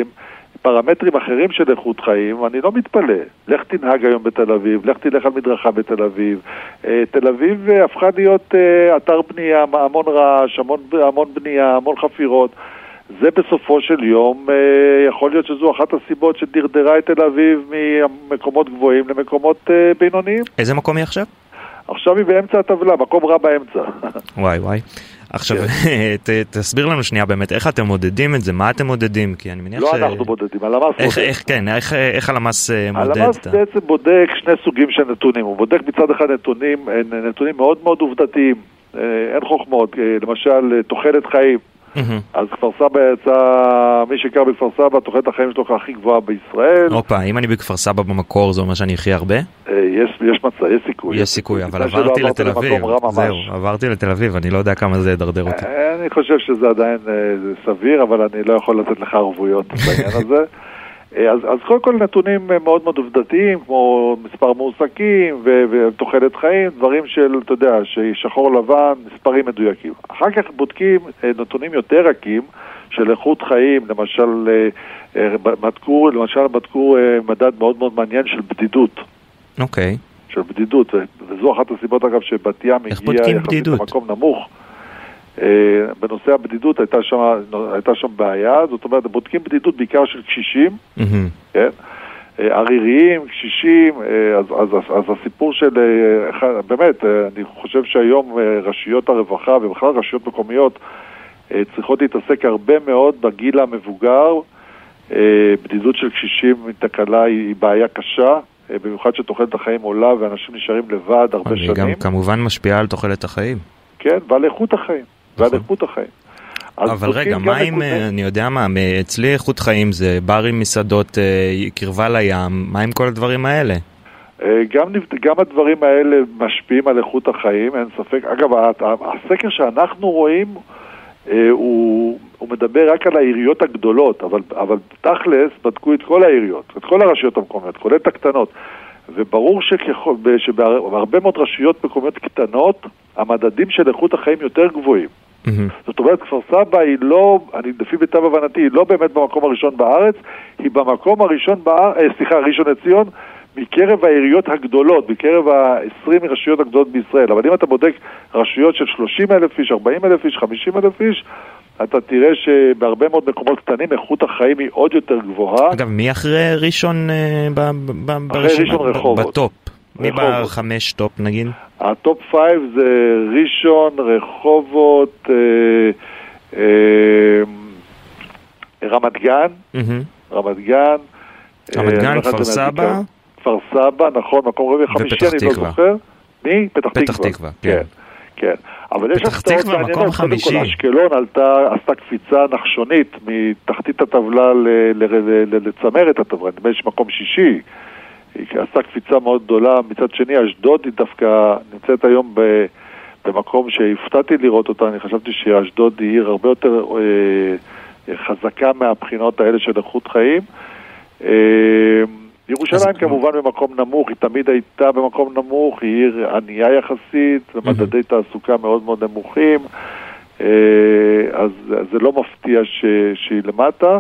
פרמטרים אחרים של איכות חיים, אני לא מתפלא. לך תנהג היום בתל אביב, לך תלך על מדרכה בתל אביב. תל אביב הפכה להיות אתר בנייה, המון רעש, המון, המון בנייה, המון חפירות. זה בסופו של יום יכול להיות שזו אחת הסיבות שדרדרה את תל אביב ממקומות גבוהים למקומות בינוניים. איזה מקום היא עכשיו? עכשיו היא באמצע הטבלה, מקום רע באמצע. וואי וואי. עכשיו, ת, תסביר לנו שנייה באמת, איך אתם מודדים את זה? מה אתם מודדים? כי אני מניח לא ש... אנחנו מודדים, הלמ"ס מודד. איך, כן, איך, איך הלמ"ס מודד? הלמ"ס בעצם בודק שני סוגים של נתונים. הוא בודק מצד אחד נתונים, נתונים מאוד מאוד עובדתיים. אין חוכמות, למשל, תוחלת חיים. אז כפר סבא יצא, מי שגר בכפר סבא, תוחלת החיים שלו הכי גבוהה בישראל. אופה, אם אני בכפר סבא במקור, זה אומר שאני אחי הרבה? יש, יש מצא, יש סיכוי. יש סיכוי, אבל עברתי לתל אביב. זהו, עברתי לתל אביב, אני לא יודע כמה זה ידרדר אותי. אני חושב שזה עדיין סביר, אבל אני לא יכול לתת לך ערבויות בעניין הזה. אז, אז קודם כל נתונים מאוד מאוד עובדתיים, כמו מספר מועסקים ותוחלת חיים, דברים של, אתה יודע, ששחור לבן, מספרים מדויקים. אחר כך בודקים נתונים יותר רכים של איכות חיים, למשל, בדקו, למשל בדקו מדד מאוד מאוד מעניין של בדידות. אוקיי. של בדידות, וזו אחת הסיבות אגב שבת ים הגיעה יחסית למקום נמוך. בנושא הבדידות הייתה שם, הייתה שם בעיה, זאת אומרת, בודקים בדידות בעיקר של קשישים, כן? עריריים, קשישים, אז, אז, אז הסיפור של, באמת, אני חושב שהיום רשויות הרווחה ובכלל רשויות מקומיות צריכות להתעסק הרבה מאוד בגיל המבוגר, בדידות של קשישים מתקלה היא בעיה קשה, במיוחד שתוחלת החיים עולה ואנשים נשארים לבד הרבה שנים. גם כמובן משפיעה על תוחלת החיים. כן, ועל איכות החיים. ועל איכות החיים. אבל רגע, מה אם, אני יודע מה, אצלי איכות חיים זה ברים, מסעדות, קרבה לים, מה עם כל הדברים האלה? גם, גם הדברים האלה משפיעים על איכות החיים, אין ספק. אגב, הסקר שאנחנו רואים, הוא, הוא מדבר רק על העיריות הגדולות, אבל, אבל תכלס בדקו את כל העיריות, את כל הרשויות המקומיות, כולל את הקטנות. וברור שבהרבה מאוד רשויות מקומיות קטנות, המדדים של איכות החיים יותר גבוהים. זאת אומרת, כפר סבא היא לא, אני לפי מיטב הבנתי, היא לא באמת במקום הראשון בארץ, היא במקום הראשון בארץ, סליחה, ראשון לציון, מקרב העיריות הגדולות, מקרב ה-עשרים רשויות הגדולות בישראל. אבל אם אתה בודק רשויות של שלושים אלף איש, ארבעים אלף איש, חמישים אלף איש, אתה תראה שבהרבה מאוד מקומות קטנים איכות החיים היא עוד יותר גבוהה. אגב, מי אחרי ראשון אחרי ראשון רחובות? בטופ. מי בחמש טופ נגיד? הטופ פייב זה ראשון, רחובות, רמת גן, רמת גן, רמת גן, כפר סבא, כפר סבא, נכון, מקום רביעי חמישי, אני לא זוכר. מי? פתח תקווה. פתח תקווה, כן. כן, אבל יש הפתעות מעניינות, קודם כל אשקלון עשתה קפיצה נחשונית מתחתית הטבלה לצמרת הטבלה, נדמה לי מקום שישי, היא עשתה קפיצה מאוד גדולה. מצד שני, אשדוד היא דווקא נמצאת היום במקום שהפתעתי לראות אותה, אני חשבתי שאשדוד היא עיר הרבה יותר חזקה מהבחינות האלה של איכות חיים. ירושלים כמובן במקום נמוך, היא תמיד הייתה במקום נמוך, היא עיר ענייה יחסית, ומדדי תעסוקה מאוד מאוד נמוכים, אז זה לא מפתיע שהיא למטה.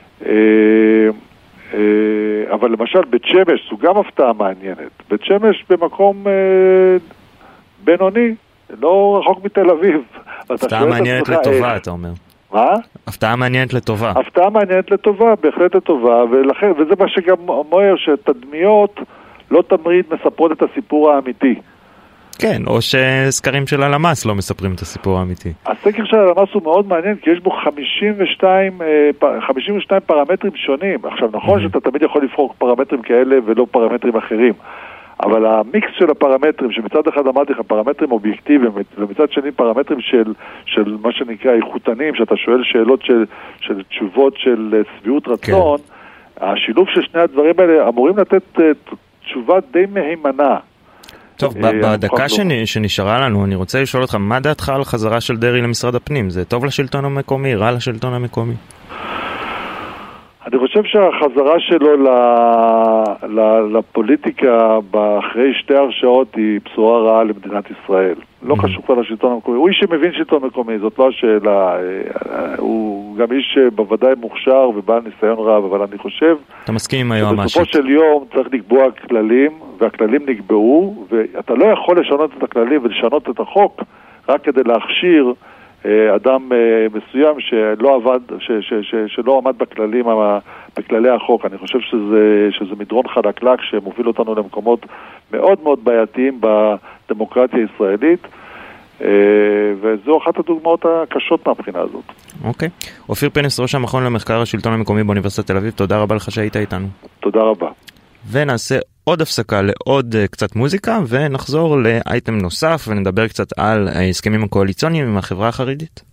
אבל למשל בית שמש זו גם הפתעה מעניינת. בית שמש במקום בינוני, לא רחוק מתל אביב. הפתעה מעניינת לטובה, אתה אומר. מה? הפתעה מעניינת לטובה. הפתעה מעניינת לטובה, בהחלט לטובה, ולכן, וזה מה שגם אומר שתדמיות לא תמיד מספרות את הסיפור האמיתי. כן, או שסקרים של הלמ"ס לא מספרים את הסיפור האמיתי. הסקר של הלמ"ס הוא מאוד מעניין, כי יש בו חמישים ושתיים, חמישים ושתיים פרמטרים שונים. עכשיו, נכון mm-hmm. שאתה תמיד יכול לבחור פרמטרים כאלה ולא פרמטרים אחרים. אבל המיקס של הפרמטרים, שמצד אחד אמרתי לך פרמטרים אובייקטיביים, ומצד שני פרמטרים של, של מה שנקרא איכותנים, שאתה שואל שאלות של, של תשובות של סביעות רצון, כן. השילוב של שני הדברים האלה אמורים לתת תשובה די מהימנה. טוב, בדקה שנשארה לנו, אני רוצה לשאול אותך, מה דעתך על חזרה של דרעי למשרד הפנים? זה טוב לשלטון המקומי, רע לשלטון המקומי? אני חושב שהחזרה שלו לפוליטיקה אחרי שתי הרשעות היא בשורה רעה למדינת ישראל. לא קשור כבר לשלטון המקומי. הוא איש שמבין שלטון מקומי, זאת לא השאלה. הוא גם איש בוודאי מוכשר ובעל ניסיון רב, אבל אני חושב... אתה מסכים עם היועמ"שית. בסופו של יום צריך לקבוע כללים, והכללים נקבעו, ואתה לא יכול לשנות את הכללים ולשנות את החוק רק כדי להכשיר אדם מסוים שלא עבד, ש, ש, ש, שלא עמד בכללים, בכללי החוק. אני חושב שזה, שזה מדרון חלקלק שמוביל אותנו למקומות מאוד מאוד בעייתיים בדמוקרטיה הישראלית, וזו אחת הדוגמאות הקשות מהבחינה הזאת. אוקיי. אופיר פינס, ראש המכון למחקר השלטון המקומי באוניברסיטת תל אביב, תודה רבה לך שהיית איתנו. תודה רבה. ונעשה עוד הפסקה לעוד קצת מוזיקה, ונחזור לאייטם נוסף, ונדבר קצת על ההסכמים הקואליציוניים עם החברה החרדית.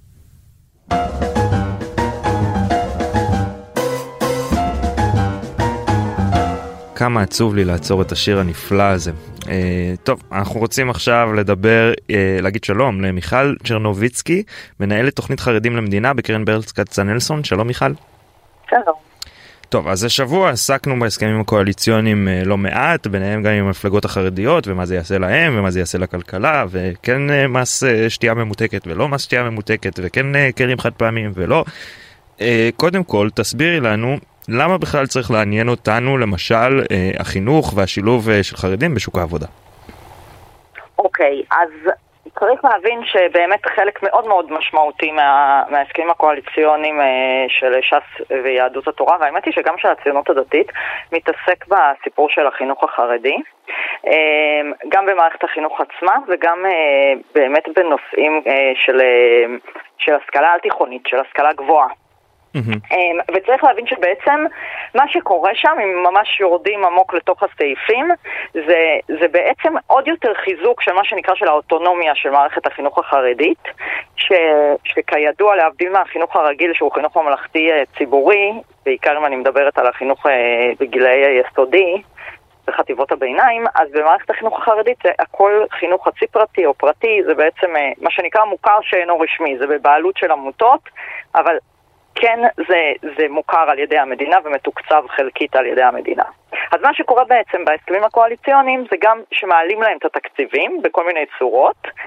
כמה עצוב לי לעצור את השיר הנפלא הזה. אה, טוב, אנחנו רוצים עכשיו לדבר, אה, להגיד שלום למיכל צ'רנוביצקי, מנהלת תוכנית חרדים למדינה בקרן ברל כצנלסון. שלום מיכל. שלום. טוב, אז השבוע עסקנו בהסכמים הקואליציוניים לא מעט, ביניהם גם עם המפלגות החרדיות, ומה זה יעשה להם, ומה זה יעשה לכלכלה, וכן מס שתייה ממותקת, ולא מס שתייה ממותקת, וכן קרים חד פעמים, ולא. קודם כל, תסבירי לנו, למה בכלל צריך לעניין אותנו, למשל, החינוך והשילוב של חרדים בשוק העבודה? אוקיי, אז... צריך להבין שבאמת חלק מאוד מאוד משמעותי מה, מההסכמים הקואליציוניים של ש"ס ויהדות התורה, והאמת היא שגם של הציונות הדתית, מתעסק בסיפור של החינוך החרדי, גם במערכת החינוך עצמה וגם באמת בנושאים של, של השכלה על תיכונית, של השכלה גבוהה. Mm-hmm. וצריך להבין שבעצם מה שקורה שם, אם ממש יורדים עמוק לתוך הסעיפים, זה, זה בעצם עוד יותר חיזוק של מה שנקרא של האוטונומיה של מערכת החינוך החרדית, ש, שכידוע להבדיל מהחינוך הרגיל שהוא חינוך ממלכתי ציבורי, בעיקר אם אני מדברת על החינוך בגילאי היסודי בחטיבות הביניים, אז במערכת החינוך החרדית זה הכל חינוך חצי פרטי או פרטי, זה בעצם מה שנקרא מוכר שאינו רשמי, זה בבעלות של עמותות, אבל כן, זה, זה מוכר על ידי המדינה ומתוקצב חלקית על ידי המדינה. אז מה שקורה בעצם בהסכמים הקואליציוניים זה גם שמעלים להם את התקציבים בכל מיני צורות,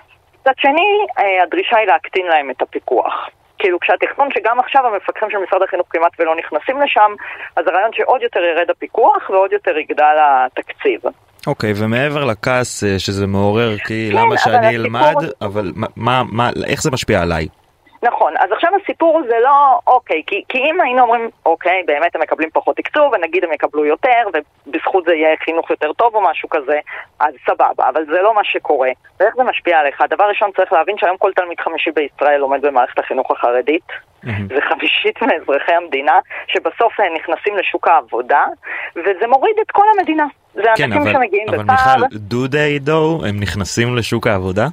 מצד שני, הדרישה היא להקטין להם את הפיקוח. כאילו כשהתכנון שגם עכשיו המפקחים של משרד החינוך כמעט ולא נכנסים לשם, אז הרעיון שעוד יותר ירד הפיקוח ועוד יותר יגדל התקציב. אוקיי, ומעבר לכעס שזה מעורר, כי למה שאני אלמד, אבל מה, מה, איך זה משפיע עליי? נכון, אז עכשיו הסיפור זה לא, אוקיי, כי, כי אם היינו אומרים, אוקיי, באמת הם מקבלים פחות תקצוב, ונגיד הם יקבלו יותר, ובזכות זה יהיה חינוך יותר טוב או משהו כזה, אז סבבה, אבל זה לא מה שקורה. ואיך זה משפיע עליך? הדבר ראשון צריך להבין שהיום כל תלמיד חמישי בישראל עומד במערכת החינוך החרדית, mm-hmm. זה חמישית מאזרחי המדינה, שבסוף נכנסים לשוק העבודה, וזה מוריד את כל המדינה. זה כן, אנשים אבל, שמגיעים אבל בפער. מיכל, do they though, הם נכנסים לשוק העבודה?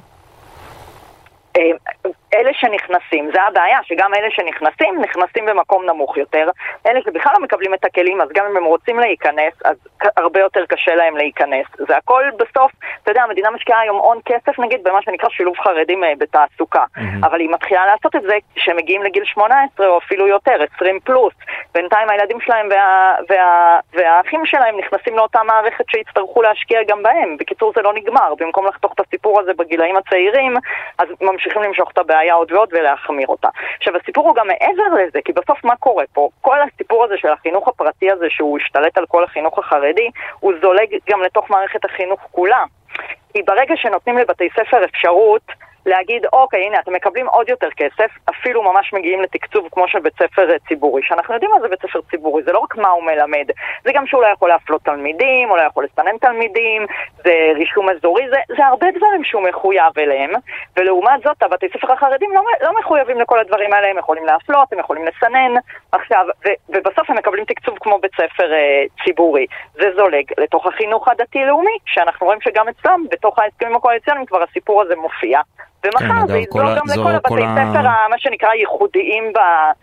אלה שנכנסים, זה הבעיה, שגם אלה שנכנסים, נכנסים במקום נמוך יותר. אלה שבכלל לא מקבלים את הכלים, אז גם אם הם רוצים להיכנס, אז הרבה יותר קשה להם להיכנס. זה הכל בסוף, אתה יודע, המדינה משקיעה היום הון כסף, נגיד, במה שנקרא שילוב חרדים בתעסוקה. Mm-hmm. אבל היא מתחילה לעשות את זה כשמגיעים לגיל שמונה עשרה או אפילו יותר, עשרים פלוס. בינתיים הילדים שלהם וה, וה, והאחים שלהם נכנסים לאותה מערכת שיצטרכו להשקיע גם בהם. בקיצור, זה לא נגמר. במקום לחתוך את הסיפור הזה בגילאים הצעירים, אז ממשיכים למשוך את הבעיה עוד ועוד ולהחמיר אותה. עכשיו, הסיפור הוא גם מעבר לזה, כי בסוף מה קורה פה? כל הסיפור הזה של החינוך הפרטי הזה, שהוא השתלט על כל החינוך החרדי, הוא זולג גם לתוך מערכת החינוך כולה. כי ברגע שנותנים לבתי ספר אפשרות להגיד, אוקיי, הנה, אתם מקבלים עוד יותר כסף, אפילו ממש מגיעים לתקצוב כמו של בית ספר ציבורי, שאנחנו יודעים מה זה בית ספר ציבורי, זה לא רק מה הוא מלמד, זה גם שהוא לא יכול להפלות תלמידים, או לא יכול לסנן תלמידים, זה רישום אזורי, זה, זה הרבה דברים שהוא מחויב אליהם, ולעומת זאת, הבתי ספר החרדים לא, לא מחויבים לכל הדברים האלה, הם יכולים להפלות, הם יכולים לסנן, עכשיו, ו, ובסוף הם מקבלים תקצוב כמו בית ספר אה, ציבורי. זה זולג לתוך החינוך הדתי-לאומי, שאנחנו רואים שגם אצלם, בתוך ההסכמים הקואליציוניים, כבר הסיפור הזה מופיע. ומחר זה יזור גם לכל הבתי ספר, מה שנקרא ייחודיים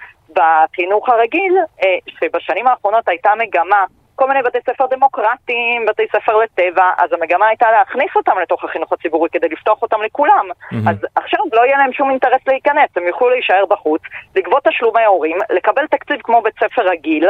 בחינוך הרגיל, שבשנים האחרונות הייתה מגמה, כל מיני בתי ספר דמוקרטיים, בתי ספר לטבע, אז המגמה הייתה להכניס אותם לתוך החינוך הציבורי כדי לפתוח אותם לכולם. אז עכשיו לא יהיה להם שום אינטרס להיכנס, הם יוכלו להישאר בחוץ, לגבות תשלומי הורים, לקבל תקציב כמו בית ספר רגיל,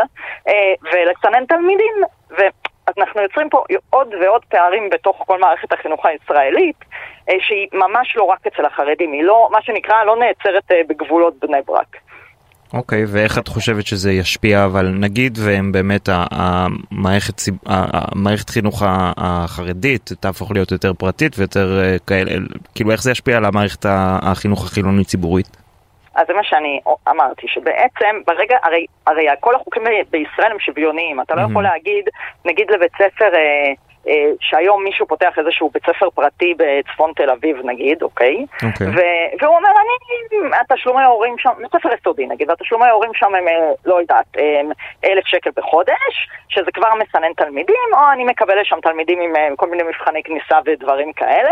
ולסנן תלמידים, ו... אז אנחנו יוצרים פה עוד ועוד פערים בתוך כל מערכת החינוך הישראלית, שהיא ממש לא רק אצל החרדים, היא לא, מה שנקרא, לא נעצרת בגבולות בני ברק. אוקיי, ואיך את חושבת שזה ישפיע, אבל נגיד והם באמת, המערכת, המערכת חינוך החרדית תהפוך להיות יותר פרטית ויותר כאלה, כאילו איך זה ישפיע על המערכת החינוך החילוני ציבורית? אז זה מה שאני אמרתי, שבעצם ברגע, הרי, הרי כל החוקים בישראל הם שוויוניים, אתה לא יכול להגיד, נגיד לבית ספר, אה, אה, שהיום מישהו פותח איזשהו בית ספר פרטי בצפון תל אביב נגיד, אוקיי? אוקיי. ו- והוא אומר, אני, התשלומי ההורים שם, בית ספר יסודי נגיד, והתשלומי ההורים שם הם, לא יודעת, הם, אלף שקל בחודש, שזה כבר מסנן תלמידים, או אני מקבל לשם תלמידים עם כל מיני מבחני כניסה ודברים כאלה,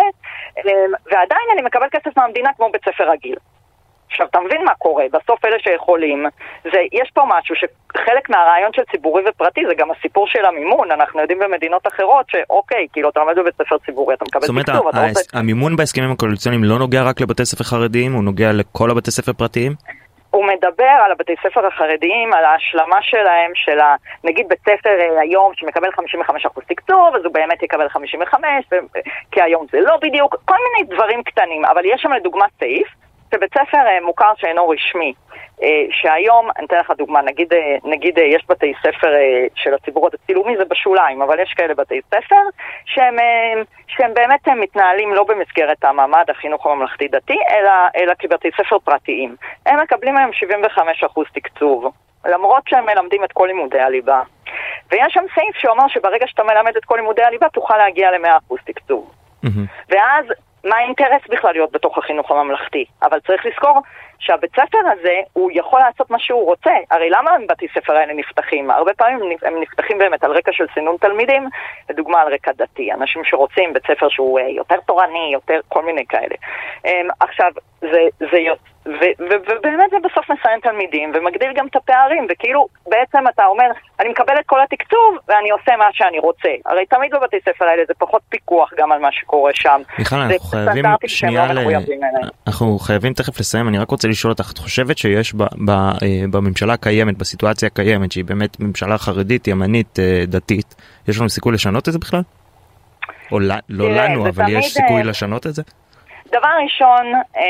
ועדיין אני מקבל כסף מהמדינה כמו בית ספר רגיל. עכשיו, אתה מבין מה קורה? בסוף אלה שיכולים, זה, יש פה משהו שחלק מהרעיון של ציבורי ופרטי, זה גם הסיפור של המימון. אנחנו יודעים במדינות אחרות שאוקיי, כאילו, אתה לומד בבית ספר ציבורי, אתה מקבל תקצוב. זאת אומרת, רוצה... המימון בהסכמים הקואליציוניים לא נוגע רק לבתי ספר חרדיים, הוא נוגע לכל הבתי ספר פרטיים? הוא מדבר על הבתי ספר החרדיים, על ההשלמה שלהם, של ה... נגיד בית ספר היום שמקבל חמישים וחמישה אחוז תקצוב, אז הוא באמת יקבל חמישים וחמש, ו... כי היום זה לא בדיוק, כל מיני דברים קטנים, אבל יש שם לדוגמה סעיף, שבית ספר מוכר שאינו רשמי, שהיום, אני אתן לך דוגמה, נגיד, נגיד יש בתי ספר של הציבור הדתי-לאומי, זה בשוליים, אבל יש כאלה בתי ספר שהם, שהם באמת מתנהלים לא במסגרת המעמד החינוך הממלכתי דתי, אלא, אלא כבתי ספר פרטיים. הם מקבלים היום שבעים וחמישה אחוז תקצוב, למרות שהם מלמדים את כל לימודי הליבה. ויש שם סעיף שאומר שברגע שאתה מלמד את כל לימודי הליבה, תוכל להגיע ל-מאה אחוז תקצוב. ואז מה האינטרס בכלל להיות בתוך החינוך הממלכתי? אבל צריך לזכור שהבית ספר הזה, הוא יכול לעשות מה שהוא רוצה. הרי למה בתי ספר האלה נפתחים? הרבה פעמים הם נפתחים באמת על רקע של סינון תלמידים, לדוגמה על רקע דתי. אנשים שרוצים בית ספר שהוא יותר תורני, יותר כל מיני כאלה. עכשיו, זה, זה ו- ו- ובאמת זה בסוף מסיים תלמידים ומגדיל גם את הפערים, וכאילו בעצם אתה אומר, אני מקבל את כל התקצוב ואני עושה מה שאני רוצה. הרי תמיד בבתי ספר האלה זה פחות פיקוח גם על מה שקורה שם. מיכל, אנחנו חייבים שנייה ל... אנחנו חייבים תכף לסיים. אני רק רוצה לשאול אותך, את חושבת שיש ב- ב- בממשלה הקיימת, בסיטואציה הקיימת, שהיא באמת ממשלה חרדית, ימנית, דתית, יש לנו סיכוי לשנות את זה בכלל? או לא לנו, אבל יש סיכוי לשנות את זה? דבר ראשון,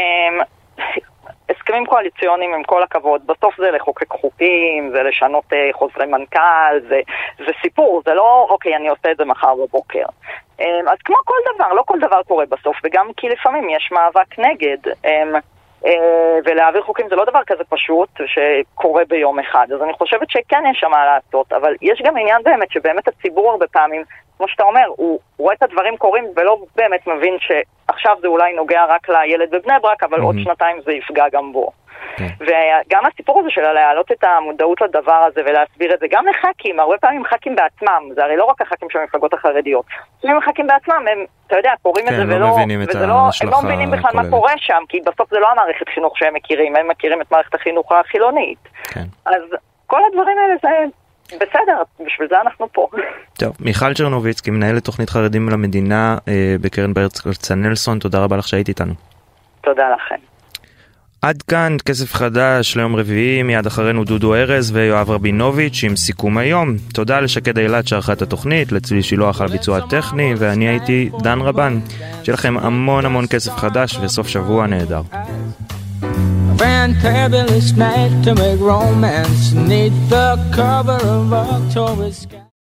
הסכמים קואליציוניים עם כל הכבוד, בסוף זה לחוקק חוקים, זה לשנות חוזרי מנכ"ל, זה, זה סיפור, זה לא, אוקיי, אני עושה את זה מחר בבוקר. אז כמו כל דבר, לא כל דבר קורה בסוף, וגם כי לפעמים יש מאבק נגד, ולהעביר חוקים זה לא דבר כזה פשוט שקורה ביום אחד, אז אני חושבת שכן יש שם מה לעשות, אבל יש גם עניין באמת שבאמת הציבור הרבה פעמים, כמו שאתה אומר, הוא רואה את הדברים קורים ולא באמת מבין שעכשיו זה אולי נוגע רק לילד בבני ברק, אבל עוד שנתיים זה יפגע גם בו. וגם הסיפור הזה של להעלות את המודעות לדבר הזה ולהסביר את זה גם לחכים, הרבה פעמים חכים בעצמם, זה הרי לא רק החכים של המפלגות החרדיות, לפעמים חכים בעצמם, הם, אתה יודע, קוראים את זה ולא, הם לא מבינים בכלל מה קורה שם, כי בסוף זה לא המערכת חינוך שהם מכירים, הם מכירים את מערכת החינוך החילונית. אז כל הדברים האלה זה בסדר, בשביל זה אנחנו פה. טוב, מיכל צ'רנוביצקי, מנהלת תוכנית חרדים למדינה בקרן ברל כצנלסון, תודה רבה לך שהיית איתנו. תודה לכם. עד כאן כסף חדש ליום רביעי, מיד אחרינו דודו ארז ויואב רבינוביץ' עם סיכום היום. תודה לשקד אילת שערכה את התוכנית, לצלי שילוח על ביצוע הטכני, ואני הייתי דן רבן. שיהיה לכם המון המון כסף חדש וסוף שבוע נהדר. Fantabulous night to make romance 'neath the cover of October sky.